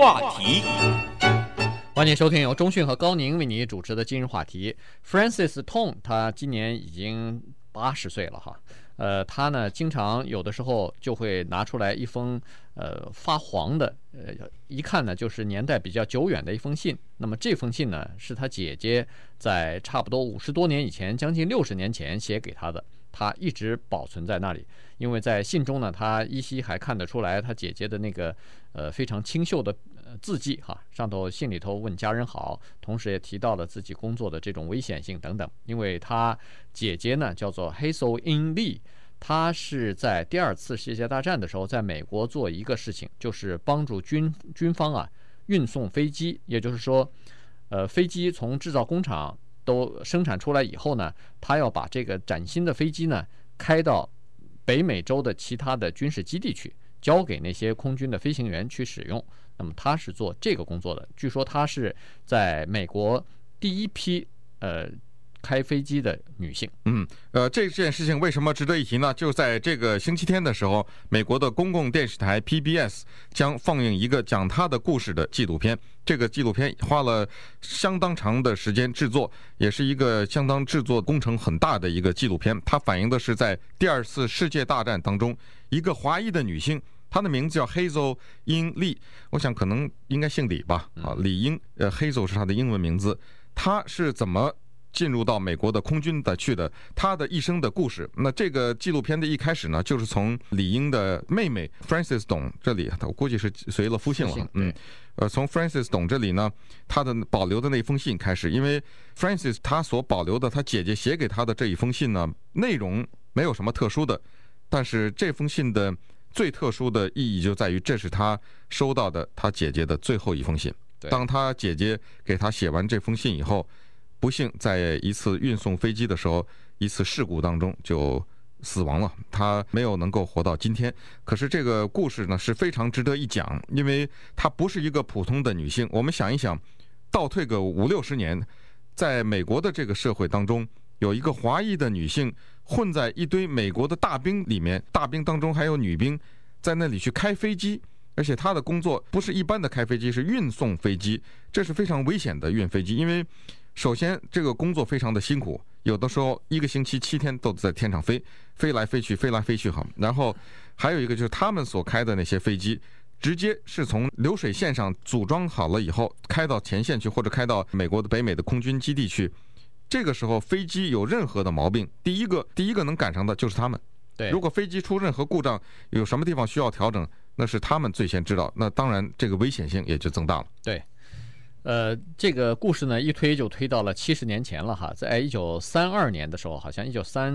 话题。 欢迎收听由中讯和高宁为你主持的今日话题。Francis Tong 他今年已经80岁了哈。他呢经常有的时候就会拿出来一封发黄的一看呢就是年代比较久远的一封信。那么这封信呢是他姐姐在差不多50多年以前，将近60年前写给他的，他一直保存在那里。因为在信中呢，他依稀还看得出来他姐姐的那个非常清秀的字迹哈，上头信里头问家人好，同时也提到了自己工作的这种危险性等等。因为他姐姐呢叫做 Hazel In Lee， 他是在第2次世界大战的时候在美国做一个事情，就是帮助军方啊运送飞机。也就是说飞机从制造工厂都生产出来以后呢，他要把这个崭新的飞机呢开到北美洲的其他的军事基地去，交给那些空军的飞行员去使用。那么他是做这个工作的，据说他是在美国第一批开飞机的女性。 这件事情为什么值得一提呢？就在这个星期天的时候，美国的公共电视台 PBS 将放映一个讲她的故事的纪录片。这个纪录片花了相当长的时间制作，也是一个相当制作工程很大的一个纪录片。它反映的是在第2次世界大战当中，一个华裔的女性，她的名字叫 Hazel In Lee， 我想可能应该姓李吧，李英，Hazel 是她的英文名字。她是怎么进入到美国的空军的去的，他的一生的故事。那这个纪录片的一开始呢，就是从李英的妹妹 Frances 董这里，我估计是随了夫姓了。从 Frances 董这里呢，他的保留的那封信开始。因为 Frances 他所保留的他姐姐写给他的这一封信呢，内容没有什么特殊的，但是这封信的最特殊的意义就在于，这是他收到的他姐姐的最后一封信。当他姐姐给他写完这封信以后，不幸在一次运送飞机的时候，一次事故当中就死亡了，他没有能够活到今天。可是这个故事呢是非常值得一讲，因为她不是一个普通的女性。我们想一想，倒退个50-60年，在美国的这个社会当中，有一个华裔的女性混在一堆美国的大兵里面，大兵当中还有女兵，在那里去开飞机。而且她的工作不是一般的开飞机，是运送飞机，这是非常危险的运飞机。因为首先这个工作非常的辛苦，有的时候1个星期7天都在天上飞来飞去，飞来飞去哈。然后还有一个就是他们所开的那些飞机，直接是从流水线上组装好了以后，开到前线去，或者开到美国的北美的空军基地去。这个时候飞机有任何的毛病，第一个能赶上的就是他们。 对， 如果飞机出任何故障，有什么地方需要调整，那是他们最先知道。那当然这个危险性也就增大了。 对。这个故事呢，一推就推到了70年前了哈，在1932年的时候，好像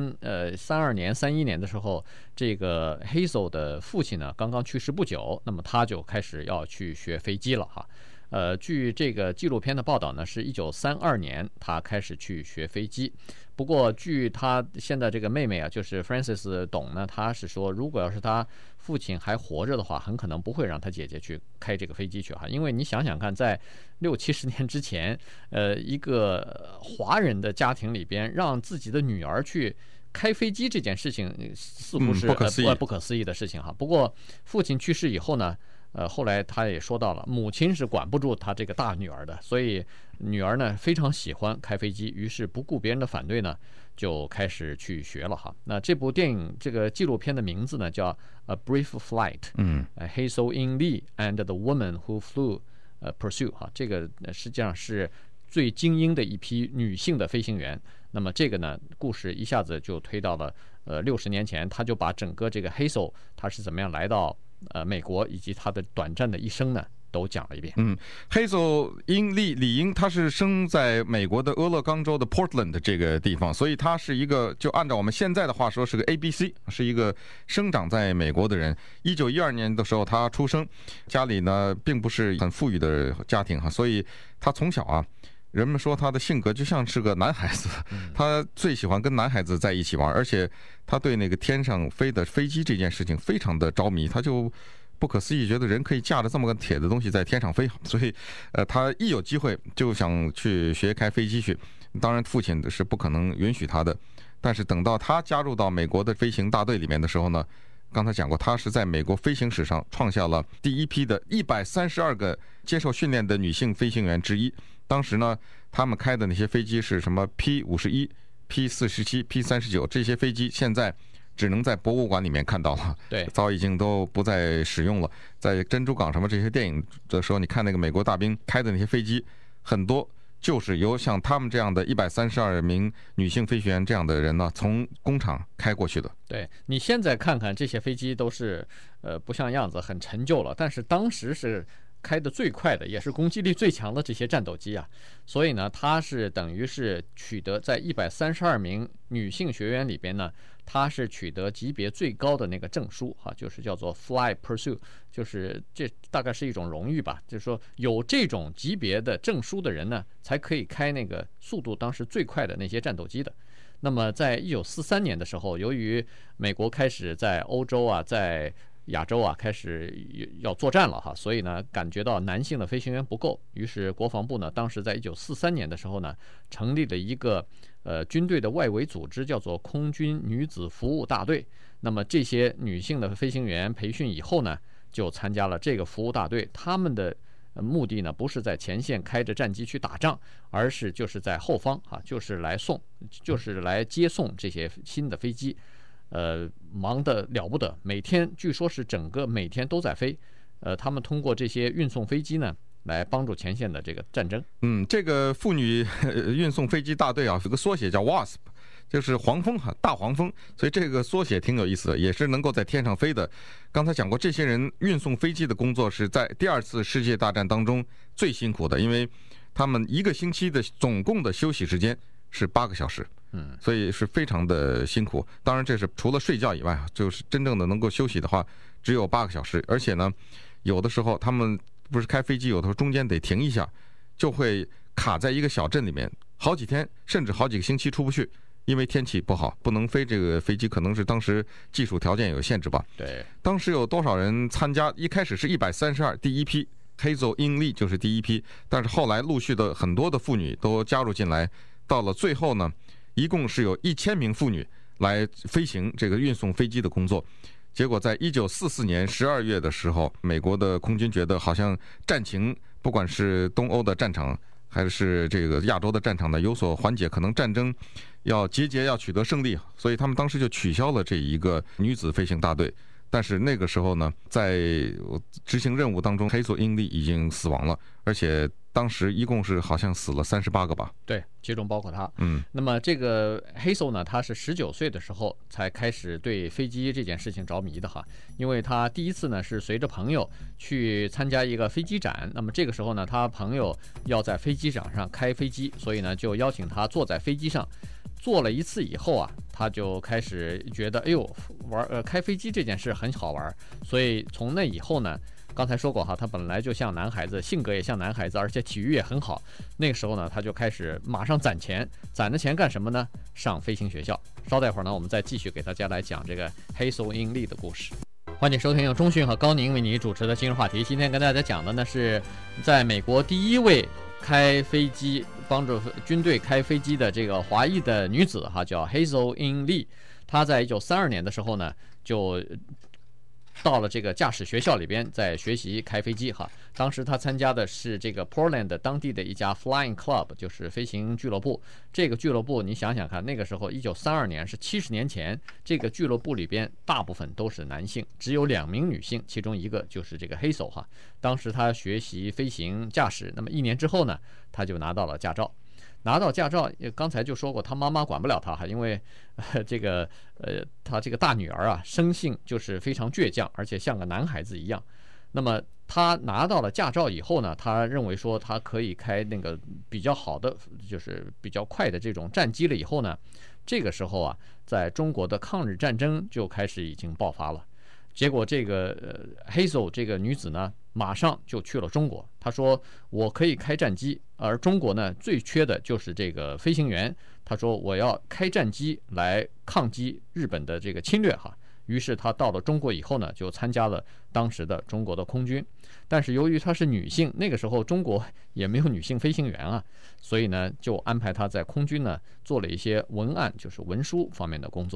32年、31年的时候，这个 Hazel 的父亲呢刚刚去世不久，那么他就开始要去学飞机了哈。据这个纪录片的报道呢，是1932年他开始去学飞机。不过据他现在这个妹妹啊，就是 Frances 董呢，他是说，如果要是他父亲还活着的话，很可能不会让他姐姐去开这个飞机去哈。因为你想想看，在60-70年之前，一个华人的家庭里边，让自己的女儿去开飞机这件事情，似乎是不可思议的事情哈。不过父亲去世以后呢，后来他也说到了，母亲是管不住他这个大女儿的，所以女儿呢非常喜欢开飞机，于是不顾别人的反对呢，就开始去学了哈。那这部电影这个纪录片的名字呢叫 A Brief Flight，Hazel In Lee and the Woman Who Flew Pursuit 哈，这个实际上是最精英的一批女性的飞行员。那么这个呢故事一下子就推到了60年前，他就把整个这个 Hazel 他是怎么样来到美国，以及他的短暂的一生呢都讲了一遍。 Hazel In Lee 李英，他是生在美国的俄勒冈州的 Portland 这个地方，所以他是一个，就按照我们现在的话说，是个 ABC， 是一个生长在美国的人。1912年的时候他出生，家里呢并不是很富裕的家庭哈，所以他从小啊，人们说他的性格就像是个男孩子，他最喜欢跟男孩子在一起玩，而且他对那个天上飞的飞机这件事情非常的着迷，他就不可思议，觉得人可以驾着这么个铁的东西在天上飞，所以他一有机会就想去学开飞机去。当然父亲是不可能允许他的，但是等到他加入到美国的飞行大队里面的时候呢， 刚才讲过，她是在美国飞行史上创下了第一批的132个接受训练的女性飞行员之一。当时呢，他们开的那些飞机是什么 P51、P47、P39 这些飞机，现在只能在博物馆里面看到了， 对， 早已经都不再使用了。在珍珠港什么这些电影的时候，你看那个美国大兵开的那些飞机，很多就是由像他们这样的132名女性飞行员这样的人呢，从工厂开过去的。 对，你现在看看这些飞机都是不像样子，很陈旧了，但是当时是开的最快的，也是攻击力最强的这些战斗机啊，所以呢，它是等于是取得在132名女性学员里边呢，它是取得级别最高的那个证书哈，就是叫做 Fly Pursuit， 就是这大概是一种荣誉吧，就是说有这种级别的证书的人呢，才可以开那个速度当时最快的那些战斗机的。那么在1943年的时候，由于美国开始在欧洲啊，在亚洲啊开始要作战了哈，所以呢感觉到男性的飞行员不够，于是国防部呢当时在1943年的时候呢，成立了一个军队的外围组织，叫做空军女子服务大队。那么这些女性的飞行员培训以后呢，就参加了这个服务大队，他们的目的呢不是在前线开着战机去打仗，而是就是在后方啊，就是来接送这些新的飞机。忙得了不得，每天据说是每天都在飞。他们通过这些运送飞机呢，来帮助前线的这个战争。 这个妇女运送飞机大队啊，有个缩写叫 WASP， 就是黄蜂哈，大黄蜂，所以这个缩写挺有意思的，也是能够在天上飞的。刚才讲过，这些人运送飞机的工作是在第2次世界大战当中最辛苦的，因为他们一个星期的总共的休息时间是8个小时。所以是非常的辛苦。当然，这是除了睡觉以外，就是真正的能够休息的话，只有8个小时。而且呢，有的时候他们不是开飞机，有的时候中间得停一下，就会卡在一个小镇里面，好几天甚至好几个星期出不去，因为天气不好，不能飞这个飞机。可能是当时技术条件有限制吧。 对， 当时有多少人参加？一开始是132，第一批 Hazel Ing Lee 就是第一批，但是后来陆续的很多的妇女都加入进来，到了最后呢，一共是有1000名妇女来飞行这个运送飞机的工作。结果在1944年12月的时候，美国的空军觉得好像战情，不管是东欧的战场还是这个亚洲的战场呢，有所缓解，可能战争要节节要取得胜利，所以他们当时就取消了这一个女子飞行大队。但是那个时候呢，在执行任务当中，黑索英利已经死亡了，而且当时一共是好像死了38个吧？ 对，其中包括他。那么这个黑索呢，他是19岁的时候才开始对飞机这件事情着迷的哈，因为他第一次呢是随着朋友去参加一个飞机展，那么这个时候呢，他朋友要在飞机场上开飞机，所以呢就邀请他坐在飞机上。做了一次以后啊，他就开始觉得，哎呦，开飞机这件事很好玩，所以从那以后呢，刚才说过哈，他本来就像男孩子，性格也像男孩子，而且体育也很好。那个时候呢，他就开始马上攒钱，攒的钱干什么呢？上飞行学校。稍待会儿呢，我们再继续给大家来讲这个黑索英利的故事。欢迎收听由钟迅和高宁为你主持的今日话题。今天跟大家讲的呢是在美国第一位开飞机帮助军队开飞机的这个华裔的女子哈，叫 Hazel Ing Lee。她在1932年的时候呢，就到了这个驾驶学校里边，在学习开飞机哈。当时他参加的是这个 Portland 当地的一家 Flying Club， 就是飞行俱乐部。这个俱乐部你想想看，那个时候1932年是70年前，这个俱乐部里边大部分都是男性，只有2名女性，其中一个就是这个 Hazel 哈。当时他学习飞行驾驶，那么1年之后呢，他就拿到了驾照。拿到驾照，刚才就说过，他妈妈管不了他哈，因为他这个大女儿啊，生性就是非常倔强，而且像个男孩子一样。那么他拿到了驾照以后呢，他认为说他可以开那个比较好的，就是比较快的这种战机了。以后呢，这个时候啊，在中国的抗日战争就开始已经爆发了。结果这个Hazel 这个女子呢，马上就去了中国。她说我可以开战机，而中国呢最缺的就是这个飞行员。她说我要开战机来抗击日本的这个侵略哈。于是她到了中国以后呢，就参加了当时的中国的空军。但是由于她是女性，那个时候中国也没有女性飞行员啊，所以呢就安排她在空军呢做了一些文案，就是文书方面的工作。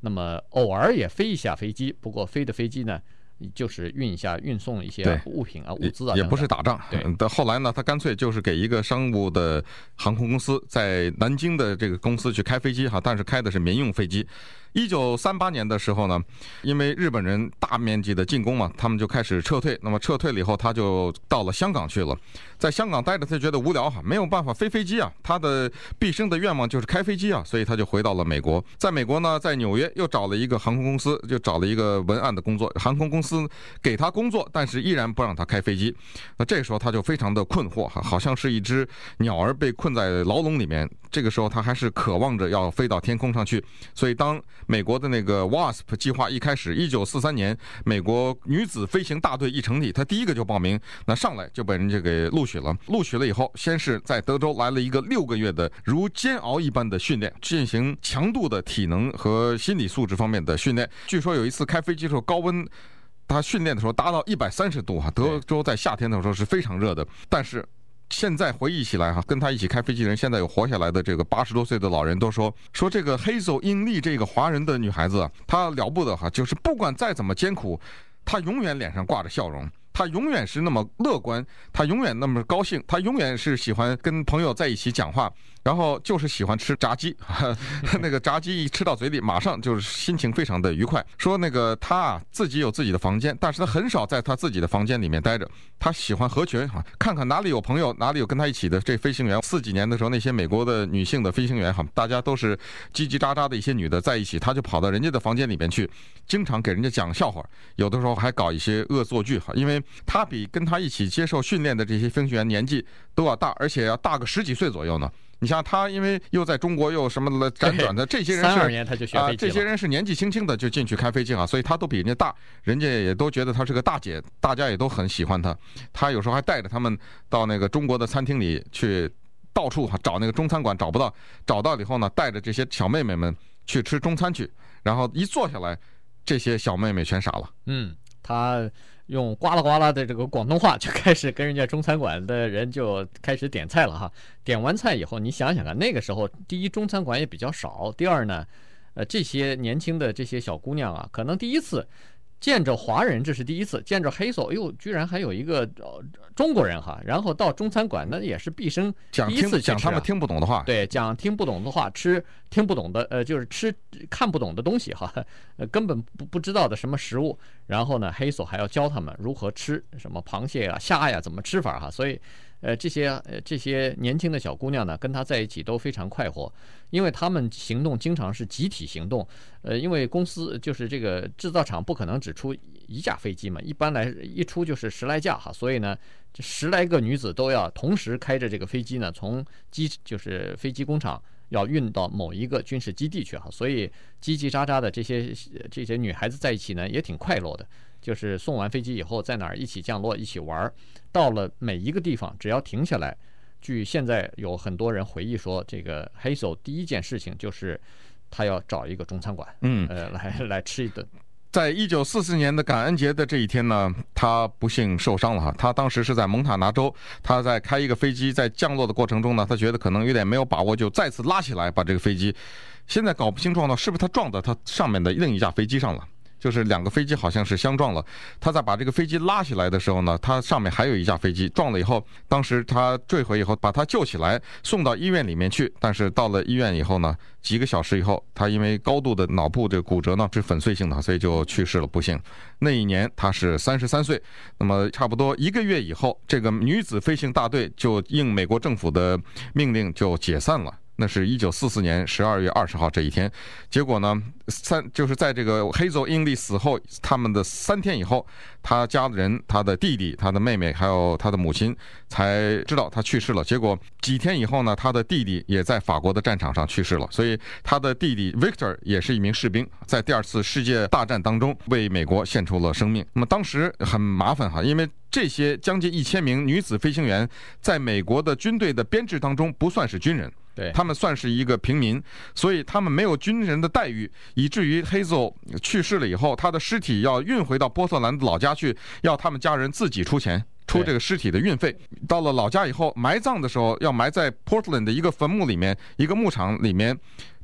那么偶尔也飞一下飞机，不过飞的飞机呢，就是运送一些物品啊、物资啊， 也不是打仗。 对， 后来呢，他干脆就是给一个商务的航空公司在南京的这个公司去开飞机哈，但是开的是民用飞机。1938年的时候呢，因为日本人大面积的进攻嘛，他们就开始撤退。那么撤退了以后，他就到了香港去了。在香港待着，他觉得无聊哈，没有办法飞飞机啊。他的毕生的愿望就是开飞机啊，所以他就回到了美国。在美国呢，在纽约又找了一个航空公司，就找了一个文案的工作。航空公司给他工作，但是依然不让他开飞机。那这个时候他就非常的困惑哈，好像是一只鸟儿被困在牢笼里面。这个时候他还是渴望着要飞到天空上去。所以当美国的那个 WASP 计划一开始，1943年美国女子飞行大队一成立，他第一个就报名，那上来就被人家给录取了。录取了以后，先是在德州来了一个6个月的如煎熬一般的训练，进行强度的体能和心理素质方面的训练。据说有一次开飞机的时候高温，他训练的时候达到130度哈，德州在夏天的时候是非常热的，但是现在回忆起来哈，跟他一起开飞机的人，现在有活下来的这个80多岁的老人都说这个黑手英利这个华人的女孩子啊，她了不得哈，就是不管再怎么艰苦，她永远脸上挂着笑容。他永远是那么乐观，他永远那么高兴，他永远是喜欢跟朋友在一起讲话，然后就是喜欢吃炸鸡，那个炸鸡一吃到嘴里，马上就是心情非常的愉快。说那个他啊自己有自己的房间，但是他很少在他自己的房间里面待着，他喜欢合群哈，看看哪里有朋友，哪里有跟他一起的这飞行员。40几年的时候，那些美国的女性的飞行员哈，大家都是叽叽喳喳的一些女的在一起，他就跑到人家的房间里面去，经常给人家讲笑话，有的时候还搞一些恶作剧哈，因为他比跟他一起接受训练的这些飞行员年纪都要大，而且要大个10几岁左右呢。你像他，因为又在中国又什么了辗转的，这些人是 32年他就学飞机了， 这些人是年纪轻轻的就进去开飞机啊，所以他都比人家大，人家也都觉得他是个大姐，大家也都很喜欢他。他有时候还带着他们到那个中国的餐厅里去，到处找那个中餐馆找不到，找到了以后呢，带着这些小妹妹们去吃中餐去，然后一坐下来，这些小妹妹全傻了。 他用呱啦呱啦的这个广东话就开始跟人家中餐馆的人就开始点菜了哈。点完菜以后，你想想看，那个时候第一中餐馆也比较少，第二呢，这些年轻的这些小姑娘啊，可能第一次见着华人，这是第一次见着黑手，哎呦，居然还有一个中国人哈。然后到中餐馆，那也是毕生第一次讲他们听不懂的话， 对，讲听不懂的话，吃听不懂的，就是吃看不懂的东西哈，根本不知道的什么食物。然后呢，黑手还要教他们如何吃什么螃蟹啊、虾呀，怎么吃法哈。所以，这些年轻的小姑娘呢，跟他在一起都非常快活，因为他们行动经常是集体行动。因为公司就是这个制造厂不可能只出一架飞机嘛，一般来一出就是10来架哈，所以呢，这10来个女子都要同时开着这个飞机呢，从就是飞机工厂要运到某一个军事基地去哈，所以叽叽喳喳的这些女孩子在一起呢，也挺快乐的。就是送完飞机以后，在哪儿一起降落，一起玩，到了每一个地方，只要停下来，据现在有很多人回忆说，这个黑手第一件事情就是他要找一个中餐馆，来吃一顿。 在1944年的感恩节的这一天呢，他不幸受伤了哈。他当时是在蒙塔拿州，他在开一个飞机，在降落的过程中呢，他觉得可能有点没有把握，就再次拉起来把这个飞机。现在搞不清楚呢，是不是他撞到他上面的另一架飞机上了？就是2个飞机好像是相撞了。他在把这个飞机拉起来的时候呢，他上面还有一架飞机撞了以后，当时他坠毁以后，把他救起来送到医院里面去。但是到了医院以后呢，几个小时以后，他因为高度的脑部这个骨折呢是粉碎性的，所以就去世了，不幸。那一年他是33岁。那么差不多1个月以后，这个女子飞行大队就应美国政府的命令就解散了。那是1944年12月20号这一天。结果呢，就是在这个黑手英利死后，他们的3天以后，他家的人，他的弟弟、他的妹妹还有他的母亲才知道他去世了。结果几天以后呢，他的弟弟也在法国的战场上去世了。所以他的弟弟 Victor 也是一名士兵，在第2次世界大战当中为美国献出了生命。那么当时很麻烦哈，因为这些将近1000名女子飞行员在美国的军队的编制当中不算是军人， 对， 他们算是一个平民，所以他们没有军人的待遇，以至于黑手去世了以后，他的尸体要运回到波特兰的老家去，要他们家人自己出钱，出这个尸体的运费。到了老家以后，埋葬的时候要埋在 Portland 的一个坟墓里面，一个牧场里面。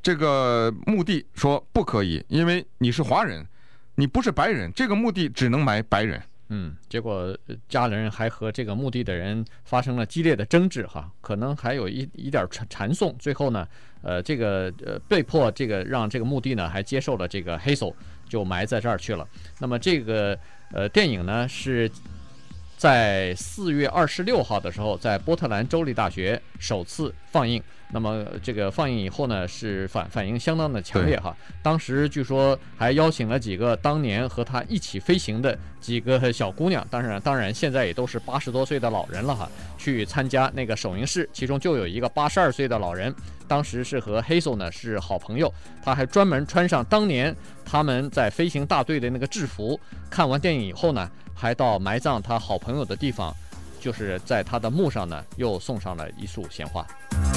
这个墓地说不可以，因为你是华人，你不是白人，这个墓地只能埋白人。 结果家人还和这个墓地的人发生了激烈的争执哈，可能还有一点缠讼。最后呢，这个被迫这个让这个墓地呢还接受了这个Hazel，就埋在这儿去了。那么这个电影呢是在4月26号的时候，在波特兰州立大学首次放映。那么这个放映以后呢，是反应相当的强烈哈。当时据说还邀请了几个当年和他一起飞行的几个小姑娘，当然现在也都是80多岁的老人了哈，去参加那个首映式。其中就有一个82岁的老人，当时是和Hazel呢是好朋友，他还专门穿上当年他们在飞行大队的那个制服。看完电影以后呢，还到埋葬他好朋友的地方，就是在他的墓上呢，又送上了一束鲜花。